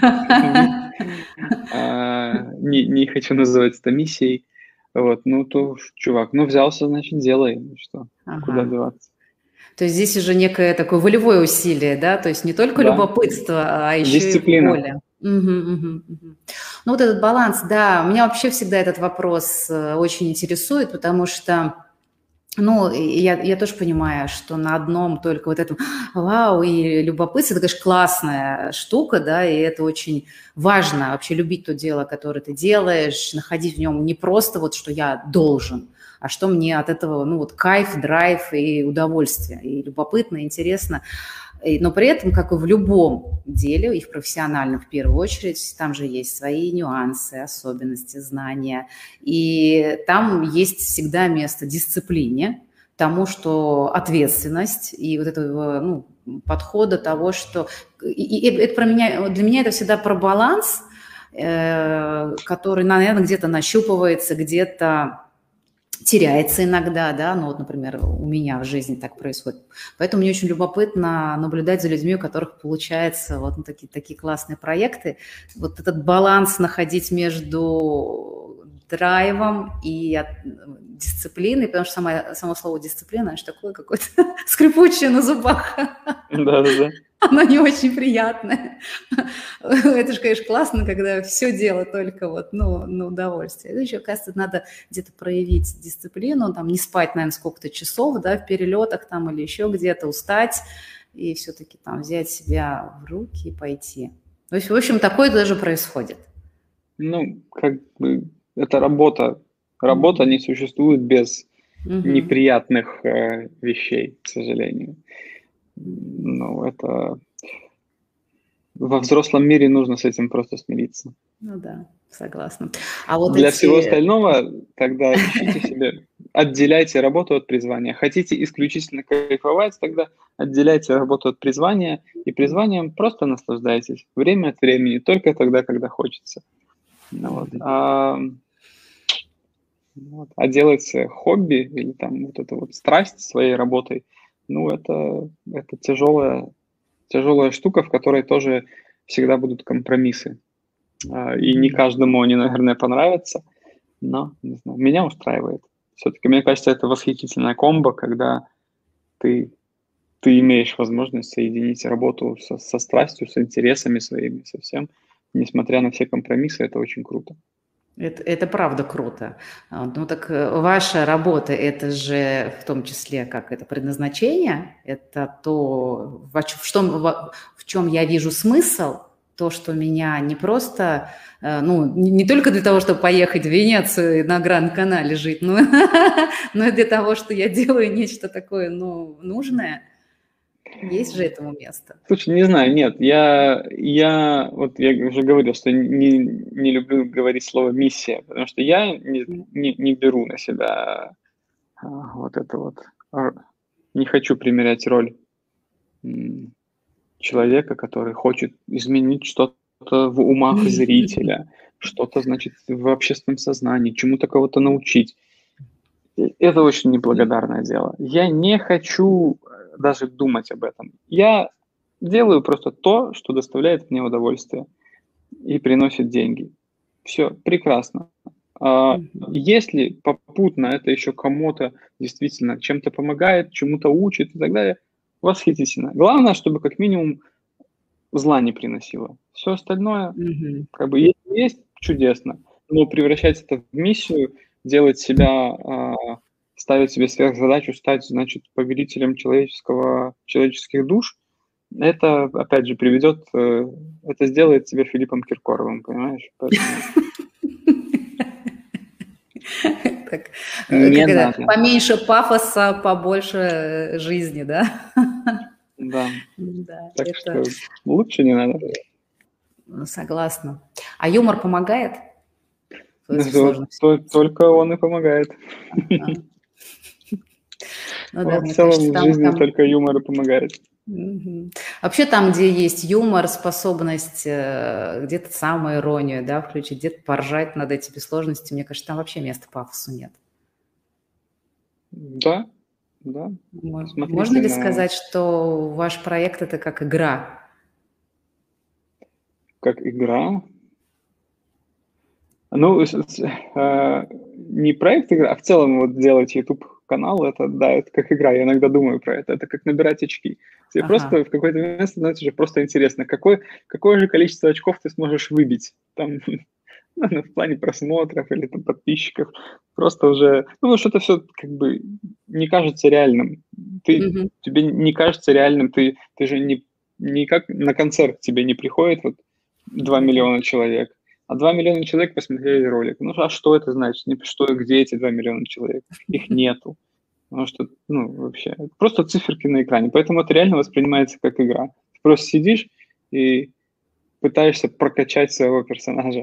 не хочу называть это миссией, вот, ну, то, чувак, взялся, значит, делай, что, куда деваться. То есть здесь уже некое такое волевое усилие, да, то есть не только любопытство, а еще дисциплина. И воля. Ну, вот этот баланс, да, меня вообще всегда этот вопрос очень интересует, потому что, ну, я тоже понимаю, что на одном только вот этом вау и любопытство, это, конечно, классная штука, да, и это очень важно, вообще любить то дело, которое ты делаешь, находить в нем не просто вот, что я должен, а что мне от этого, ну, вот кайф, драйв и удовольствие, и любопытно, и интересно. Но при этом, как и в любом деле, и в профессиональном в первую очередь, там же есть свои нюансы, особенности, знания. И там есть всегда место дисциплине, тому, что ответственность и вот этого, ну, подхода того, что... И это для меня это всегда про баланс, который, наверное, где-то нащупывается, где-то теряется иногда, да, ну вот, например, у меня в жизни так происходит. Поэтому мне очень любопытно наблюдать за людьми, у которых получается вот такие классные проекты. Вот этот баланс находить между драйвом и дисциплиной, потому что само слово дисциплина, оно такое какое-то скрипучее на зубах. Да-да-да. Оно не очень приятное. Это же, конечно, классно, когда все дело только вот, на удовольствие. Это еще, кажется, надо где-то проявить дисциплину, там, не спать, наверное, сколько-то часов, да, в перелетах там или еще где-то, устать и все-таки там взять себя в руки и пойти. То есть, в общем, такое тоже происходит. Ну, как бы, это работа. Работа не существует без неприятных вещей, к сожалению. Ну, это... Во взрослом мире нужно с этим просто смириться. Ну да, согласна. А вот для всего остального тогда ищите себе, отделяйте работу от призвания. Хотите исключительно кайфовать, тогда отделяйте работу от призвания, и призванием просто наслаждайтесь. Время от времени, только тогда, когда хочется. Вот. А делать хобби или там вот эту вот страсть своей работой, ну, это тяжелая штука, в которой тоже всегда будут компромиссы. И не каждому они, наверное, понравятся, но, не знаю, меня устраивает. Все-таки, мне кажется, это восхитительная комбо, когда ты имеешь возможность соединить работу со страстью, с интересами своими, со всем. Несмотря на все компромиссы, это очень круто. Это правда круто. Ну так ваша работа, это же в том числе как это предназначение, это то, в чем я вижу смысл, то, что меня не просто, не только для того, чтобы поехать в Венецию и на Гранд-Канале жить, но и для того, что я делаю нечто такое, нужное. Есть же этому место? Слушай, не знаю, нет, я уже говорил, что не люблю говорить слово «миссия», потому что я не беру на себя вот это вот, не хочу примерять роль человека, который хочет изменить что-то в умах зрителя, что-то, значит, в общественном сознании, чему-то кого-то научить. Это очень неблагодарное дело. Я не хочу даже думать об этом. Я делаю просто то, что доставляет мне удовольствие и приносит деньги. Все, прекрасно. Если попутно это еще кому-то действительно чем-то помогает, чему-то учит и так далее, восхитительно. Главное, чтобы как минимум зла не приносило. Все остальное, как бы, есть чудесно, но превращать это в миссию, делать себя, ставить себе сверхзадачу, стать, значит, повелителем человеческих душ, это, опять же, это сделает тебя Филиппом Киркоровым, понимаешь? Поменьше пафоса, побольше жизни, да? Да. Так что лучше не надо. Согласна. А юмор помогает? Только он и помогает. В целом в жизни только юмор и помогает. Вообще там, где есть юмор, способность где-то самоиронию, да, включить, где-то поржать над этими сложностями, мне кажется, там вообще места пафосу нет. Да. Можно ли сказать, что ваш проект – это как игра? Как игра? Ну, не проект игра, а в целом вот делать YouTube-канал, это как игра. Я иногда думаю про это. Это как набирать очки. Тебе просто в какой-то момент становится уже просто интересно, какое же количество очков ты сможешь выбить там, в плане просмотров или там, подписчиков. Просто уже, потому что это все как бы не кажется реальным. Тебе не кажется реальным, ты же не как на концерт тебе не приходит вот 2 миллиона человек. А 2 миллиона человек посмотрели ролик. Ну, а что это значит? Где эти 2 миллиона человек? Их нету. Потому что, вообще, просто циферки на экране. Поэтому это реально воспринимается как игра. Ты просто сидишь и пытаешься прокачать своего персонажа.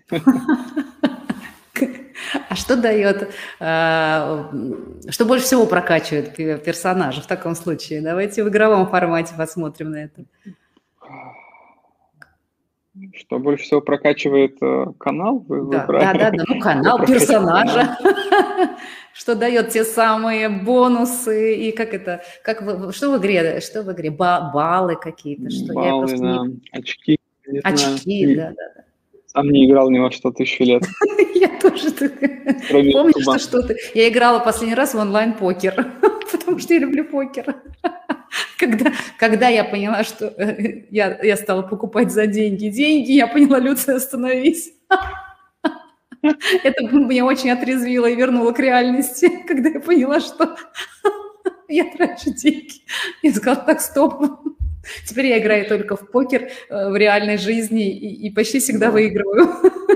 А что дает, что больше всего прокачивает персонажа в таком случае? Давайте в игровом формате посмотрим на это. Что больше всего прокачивает канал? Да, ну канал персонажа, что дает те самые бонусы и что в игре, баллы какие-то, что я Баллы, просто да, не... очки, не знаю. Очки, да. Сам не играл ни во что 1000 лет. Я тоже Кроме помню, Ютуба. что я играла последний раз в онлайн-покер, потому что я люблю покер. Когда я поняла, что я стала покупать за деньги, я поняла, Люция, остановись. Это меня очень отрезвило и вернуло к реальности, когда я поняла, что я трачу деньги. Я сказала, так, стоп. Теперь я играю только в покер в реальной жизни и почти всегда выигрываю.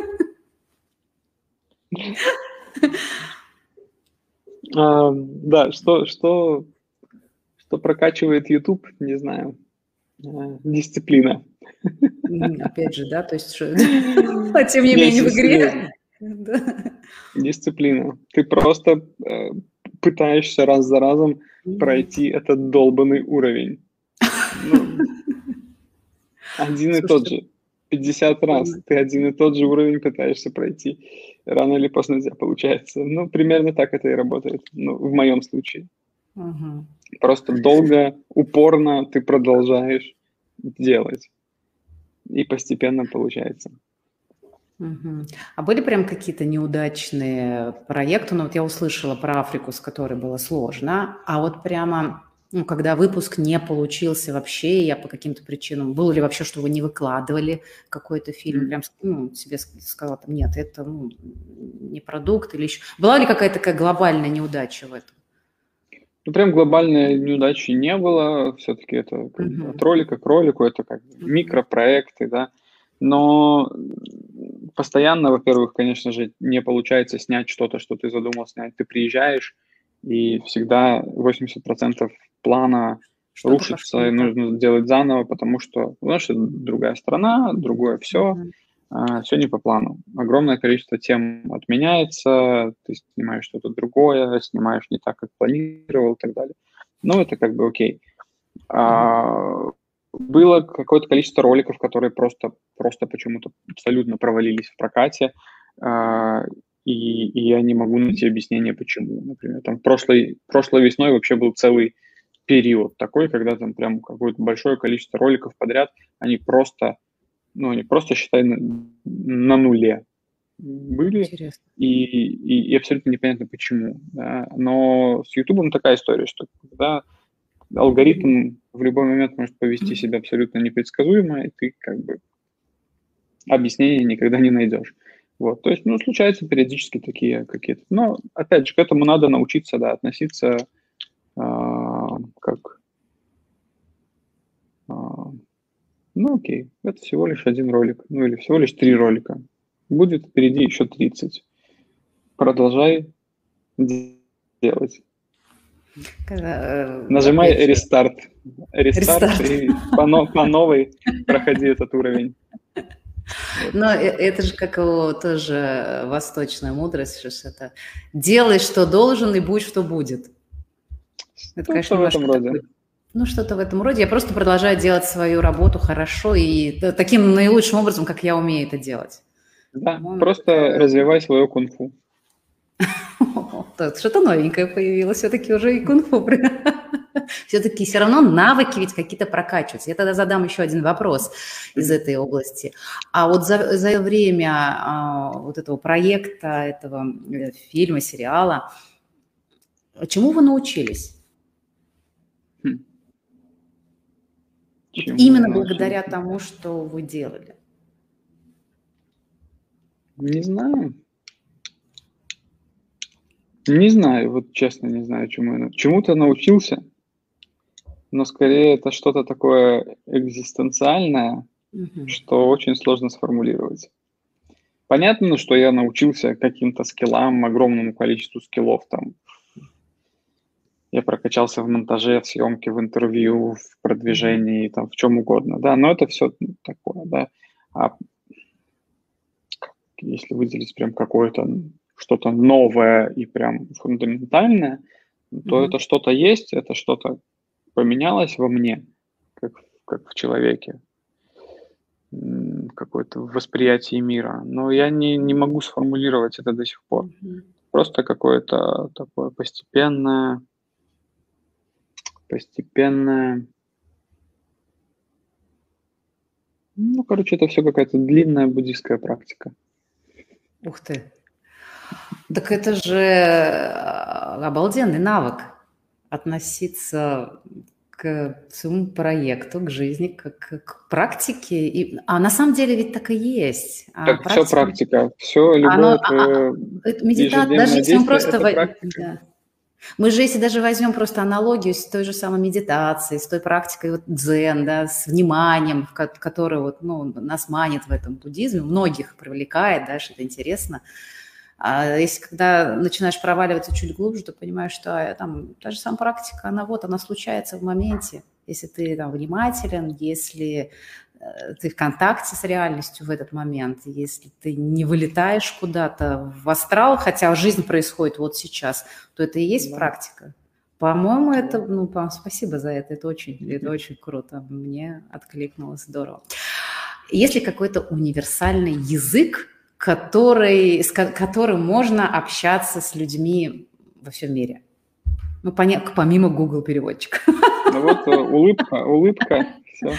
Да, что прокачивает YouTube, не знаю. Дисциплина. Опять же, да, то есть, а тем не менее в игре. Дисциплина. Ты просто пытаешься раз за разом пройти этот долбанный уровень. Один и тот же. 50 раз ты один и тот же уровень пытаешься пройти. Рано или поздно у тебя получается. Ну, примерно так это и работает. Ну, в моем случае. Просто долго, упорно ты продолжаешь делать. И постепенно получается. А были прям какие-то неудачные проекты? Ну, вот я услышала про Африку, с которой было сложно. А вот прямо, когда выпуск не получился вообще, я по каким-то причинам... Было ли вообще, что вы не выкладывали какой-то фильм? Прям себе сказала, там, нет, это не продукт или еще... Была ли какая-то такая глобальная неудача в этом? Ну, прям глобальной неудачи не было. Все-таки это от ролика к ролику, это как микропроекты, да. Но постоянно, во-первых, конечно же, не получается снять что-то, что ты задумал снять. Ты приезжаешь, и всегда 80% плана что-то рушится, и нужно делать заново, потому что это другая страна, другое все, все не по плану. Огромное количество тем отменяется, ты снимаешь что-то другое, снимаешь не так, как планировал и так далее. Ну, это как бы окей. Было какое-то количество роликов, которые просто почему-то абсолютно провалились в прокате, и я не могу найти объяснение, почему. Например, там прошлой весной вообще был целый период такой, когда там прям какое-то большое количество роликов подряд, они просто, считай, на нуле были. Интересно. И абсолютно непонятно, почему. Да. Но с Ютубом такая история, что когда алгоритм в любой момент может повести себя абсолютно непредсказуемо, и ты как бы объяснения никогда не найдешь. Вот. То есть, случаются периодически такие какие-то. Но, опять же, к этому надо научиться, да, относиться окей, это всего лишь один ролик, или всего лишь 3 ролика. Будет впереди еще 30. Продолжай делать. Нажимай рестарт. Рестарт и по новой проходи этот уровень. Но это же как тоже восточная мудрость, что это делай, что должен, и будь, что будет. Это, конечно, в этом роде. Что-то в этом роде. Я просто продолжаю делать свою работу хорошо и таким наилучшим образом, как я умею это делать. Да, просто развивай свое кунг-фу. Что-то новенькое появилось, все-таки уже и кунг-фу. Все-таки все равно навыки ведь какие-то прокачиваются. Я тогда задам еще один вопрос из этой области. А вот за время вот этого проекта, этого фильма, сериала, чему вы научились? Именно благодаря тому, что вы делали. Не знаю. Не знаю, вот честно не знаю, чему-то научился, но скорее это что-то такое экзистенциальное, что очень сложно сформулировать. Понятно, что я научился каким-то скиллам, огромному количеству скиллов там. Я прокачался в монтаже, в съемке, в интервью, в продвижении, там, в чем угодно, да, но это все такое, да. А если выделить прям какое-то что-то новое и прям фундаментальное, то это что-то есть, это что-то поменялось во мне, как в человеке. какое-то восприятие мира. Но я не могу сформулировать это до сих пор. Просто какое-то такое постепенное, ну, короче, это все какая-то длинная буддийская практика. Ух ты. Так это же обалденный навык относиться к своему проекту, к жизни, к практике. А на самом деле ведь так и есть. Так, все практика, все любое твое медитация, даже ежедневное если мы действие – просто... это практика. Да. Мы же, если даже возьмем просто аналогию с той же самой медитацией, с той практикой вот дзен, да, с вниманием, которое вот, ну, нас манит в этом буддизме, многих привлекает, да, что это интересно. А если когда начинаешь проваливаться чуть глубже, то понимаешь, что там та же самая практика, она случается в моменте. Если ты там внимателен, если ты в контакте с реальностью в этот момент, если ты не вылетаешь куда-то в астрал, хотя жизнь происходит вот сейчас, то это и есть практика. По-моему, это, ну, спасибо за это очень круто, мне откликнулось здорово. Есть ли какой-то универсальный язык, с которым можно общаться с людьми во всем мире? Ну, помимо Google переводчика. Ну вот улыбка, все.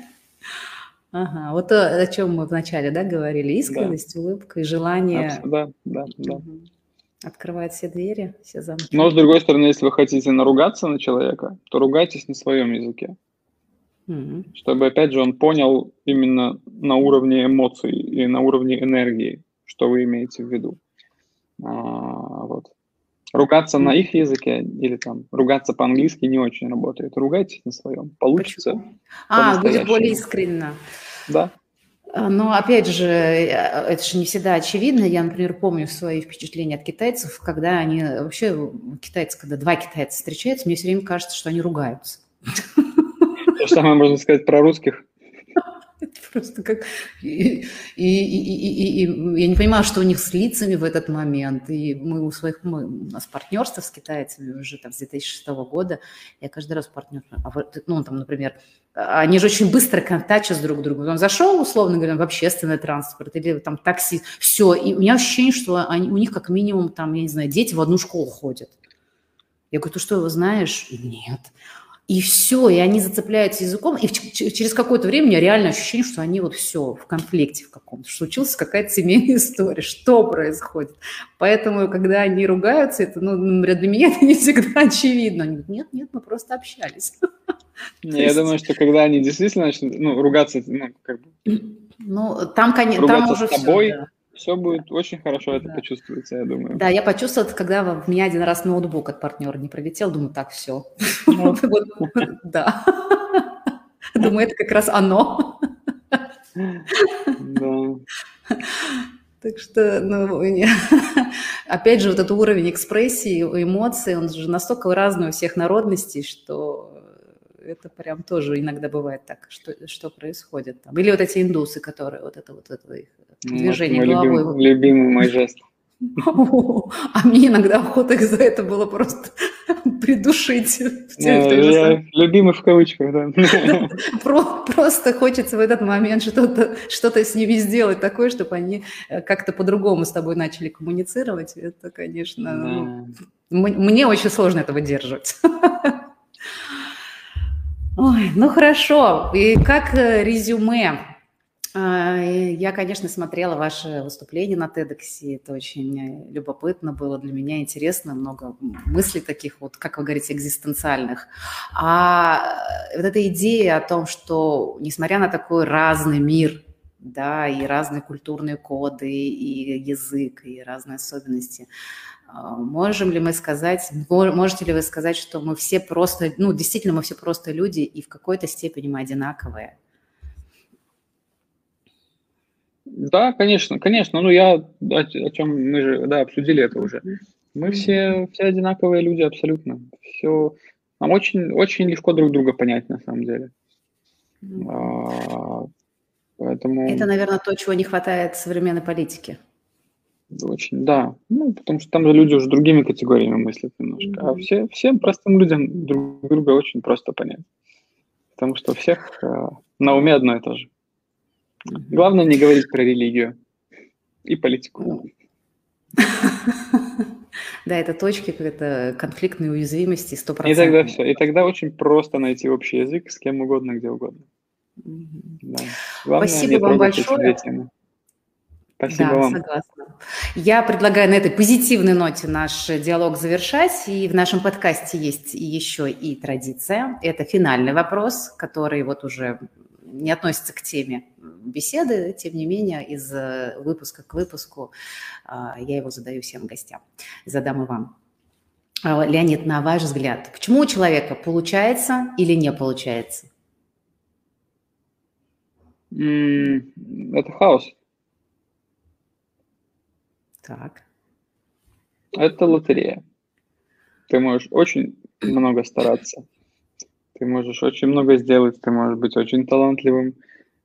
Ага, вот то, о чем мы вначале, да, говорили, искренность, улыбка и желание Да. открывает все двери, все замки. Но, с другой стороны, если вы хотите наругаться на человека, то ругайтесь на своем языке. Чтобы, опять же, он понял именно на уровне эмоций и на уровне энергии, что вы имеете в виду. Вот. Ругаться на их языке или там ругаться по-английски не очень работает. Ругайтесь на своем. Получится. Будет более искренно. Да. Но, опять же, это же не всегда очевидно. Я, например, помню свои впечатления от китайцев, когда они... Вообще, китайцы, когда два китайца встречаются, мне все время кажется, что они ругаются. То же самое можно сказать про русских. Это просто как... И я не понимаю, что у них с лицами в этот момент. И у нас партнерство с китайцами уже там с 2006 года. Я каждый раз партнер... Ну, там, например, они же очень быстро контачат друг с другом. Он зашел, условно говоря, в общественный транспорт или там такси. Все. И у меня ощущение, что у них как минимум там, я не знаю, дети в одну школу ходят. Я говорю, ты что, его знаешь? Нет. И все, и они зацепляются языком, и через какое-то время у меня реально ощущение, что они вот все в конфликте в каком-то, что случилась какая-то семейная история, что происходит. Поэтому, когда они ругаются, это, ну, для меня это не всегда очевидно. Они говорят, нет, мы просто общались. Я думаю, что когда они действительно начнут ругаться, как бы... Ну, там, конечно, там уже все, все будет очень хорошо, это почувствуется, я думаю. Да, я почувствовала, когда в меня один раз ноутбук от партнера не прилетел, думаю, так, все. Да. Думаю, это как раз оно. Да. Так что, опять же, вот этот уровень экспрессии, эмоций, он же настолько разный у всех народностей, что это прям тоже иногда бывает так, что происходит там. Или вот эти индусы, которые вот это их движение головой. Любимый мой жест. А мне иногда охота за это было просто придушить. Любимый в кавычках, да. Просто хочется в этот момент что-то с ними сделать такое, чтобы они как-то по-другому с тобой начали коммуницировать. Это, конечно, мне очень сложно это выдерживать. Ой, ну хорошо. И как резюме? Я, конечно, смотрела ваше выступление на TEDx, это очень любопытно было для меня, интересно, много мыслей таких, вот, как вы говорите, экзистенциальных. А вот эта идея о том, что, несмотря на такой разный мир, да, и разные культурные коды, и язык, и разные особенности, можете ли вы сказать, что мы все просто, действительно, мы все просто люди, и в какой-то степени мы одинаковые? Да, конечно. Ну, о чем мы же, обсудили это уже. Мы все одинаковые люди абсолютно. Нам очень, очень легко друг друга понять, на самом деле. Поэтому... Это, наверное, то, чего не хватает в современной политике. Очень, да. Потому что там же люди уже другими категориями мыслят немножко. А всем простым людям друг друга очень просто понять. Потому что у всех на уме одно и то же. Главное не говорить про религию и политику. Да, это точки какой-то конфликтной уязвимости 100%. И тогда все. И тогда очень просто найти общий язык с кем угодно, где угодно. Да. Главное, Спасибо вам большое. Спасибо да, вам. Согласна. Я предлагаю на этой позитивной ноте наш диалог завершать. И в нашем подкасте есть еще и традиция. Это финальный вопрос, который вот уже не относится к теме беседы, тем не менее, из выпуска к выпуску я его задаю всем гостям. Задам и вам. Леонид, на ваш взгляд, почему у человека получается или не получается? Это хаос. Так. Это лотерея. Ты можешь очень много стараться. Ты можешь очень много сделать. Ты можешь быть очень талантливым.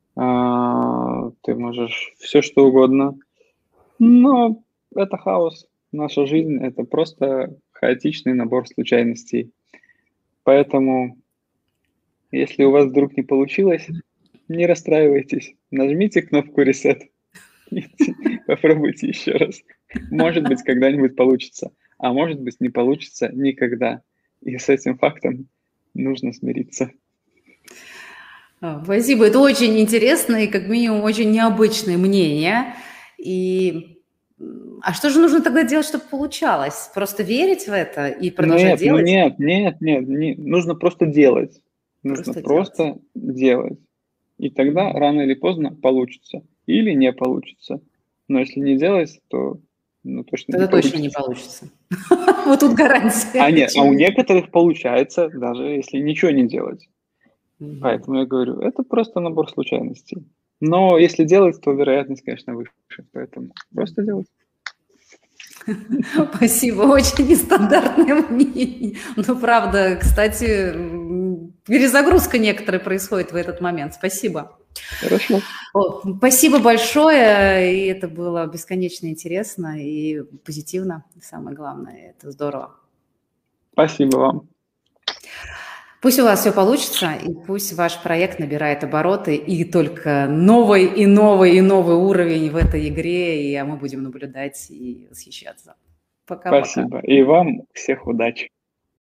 Ты можешь все что угодно. Но это хаос. Наша жизнь – это просто хаотичный набор случайностей. Поэтому, если у вас вдруг не получилось, не расстраивайтесь. Нажмите кнопку «Reset». Попробуйте еще раз. Может быть, когда-нибудь получится, а может быть, не получится никогда. И с этим фактом нужно смириться. Спасибо. Это очень интересно и, как минимум, очень необычное мнение. А что же нужно тогда делать, чтобы получалось? Просто верить в это и продолжать делать? Нет. Нужно просто делать. Нужно просто делать. И тогда рано или поздно получится. Или не получится. Но если не делать, то точно тогда не получится. Точно не получится. Вот тут гарантия. А у некоторых получается, даже если ничего не делать. Поэтому я говорю, это просто набор случайностей. Но если делать, то вероятность, конечно, выше. Поэтому просто делать. Спасибо, очень нестандартное мнение. Но правда, кстати, перезагрузка некоторая происходит в этот момент. Спасибо. Хорошо. Спасибо большое, и это было бесконечно интересно и позитивно, самое главное, это здорово. Спасибо вам. Пусть у вас все получится, и пусть ваш проект набирает обороты, и только новый уровень в этой игре, а мы будем наблюдать и восхищаться. Пока-пока. Спасибо. И вам всех удачи.